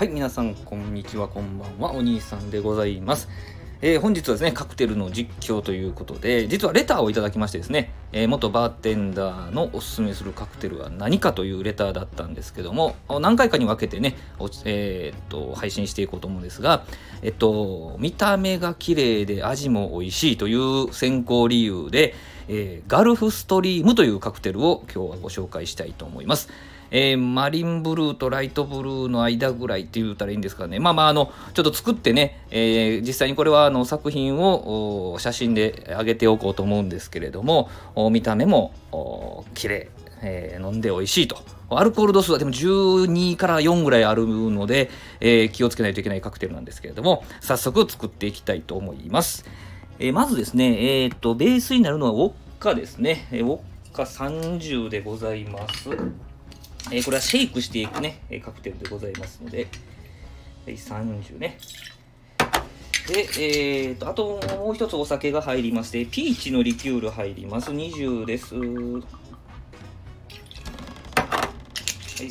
はい、皆さんこんにちは、こんばんは、お兄さんでございます。本日はですね、カクテルの実況ということで、実はレターをいただきましてですね、元バーテンダーのおすすめするカクテルは何かというレターだったんですけども、何回かに分けてね、配信していこうと思うんですが、見た目が綺麗で味も美味しいという選考理由で、ガルフストリームというカクテルを今日はご紹介したいと思います。マリンブルーとライトブルーの間ぐらいって言ったらいいんですかね。ちょっと作ってね、実際にこれは作品を写真で上げておこうと思うんですけれども、見た目も綺麗、飲んで美味しいと。アルコール度数はでも12から4ぐらいあるので、気をつけないといけないカクテルなんですけれども、早速作っていきたいと思います。まずですね、ベースになるのはウォッカですね。ウォッカ30でございます。これはシェイクしていくね、カクテルでございますので、30ね。で、あともう一つお酒が入りまして、ピーチのリキュール入ります。20です。はい、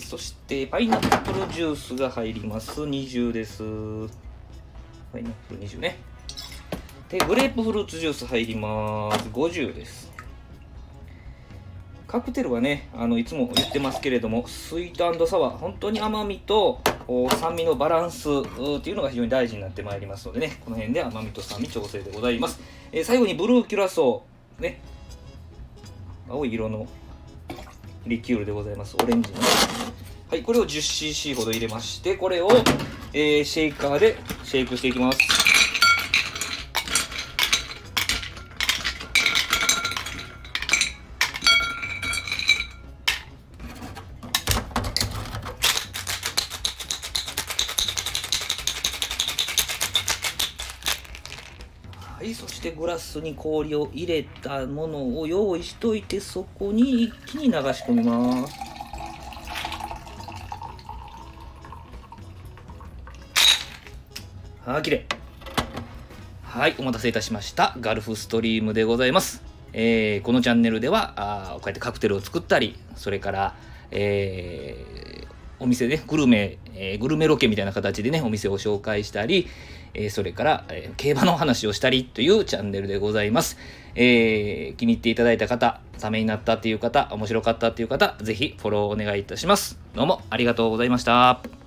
そしてパイナップルジュースが入ります。20です。パイナップル20ね。で、グレープフルーツジュース入ります。50です。カクテルはね、いつも言ってますけれども、スイート&サワー、本当に甘みと酸味のバランスっていうのが非常に大事になってまいりますのでね、この辺で甘みと酸味調整でございます。最後にブルーキュラソー、ね、青い色のリキュールでございます。オレンジの。はい、これを 10cc ほど入れまして、これを、シェイカーでシェイクしていきます。はい、そしてグラスに氷を入れたものを用意しといて、そこに一気に流し込みます。綺麗。はい、お待たせいたしました。ガルフストリームでございます。このチャンネルではこうやってカクテルを作ったり、それから、お店でグルメロケみたいな形でね、お店を紹介したり、それから、競馬の話をしたりというチャンネルでございます。気に入っていただいた方、ためになったっていう方、面白かったっていう方、ぜひフォローお願いいたします。どうもありがとうございました。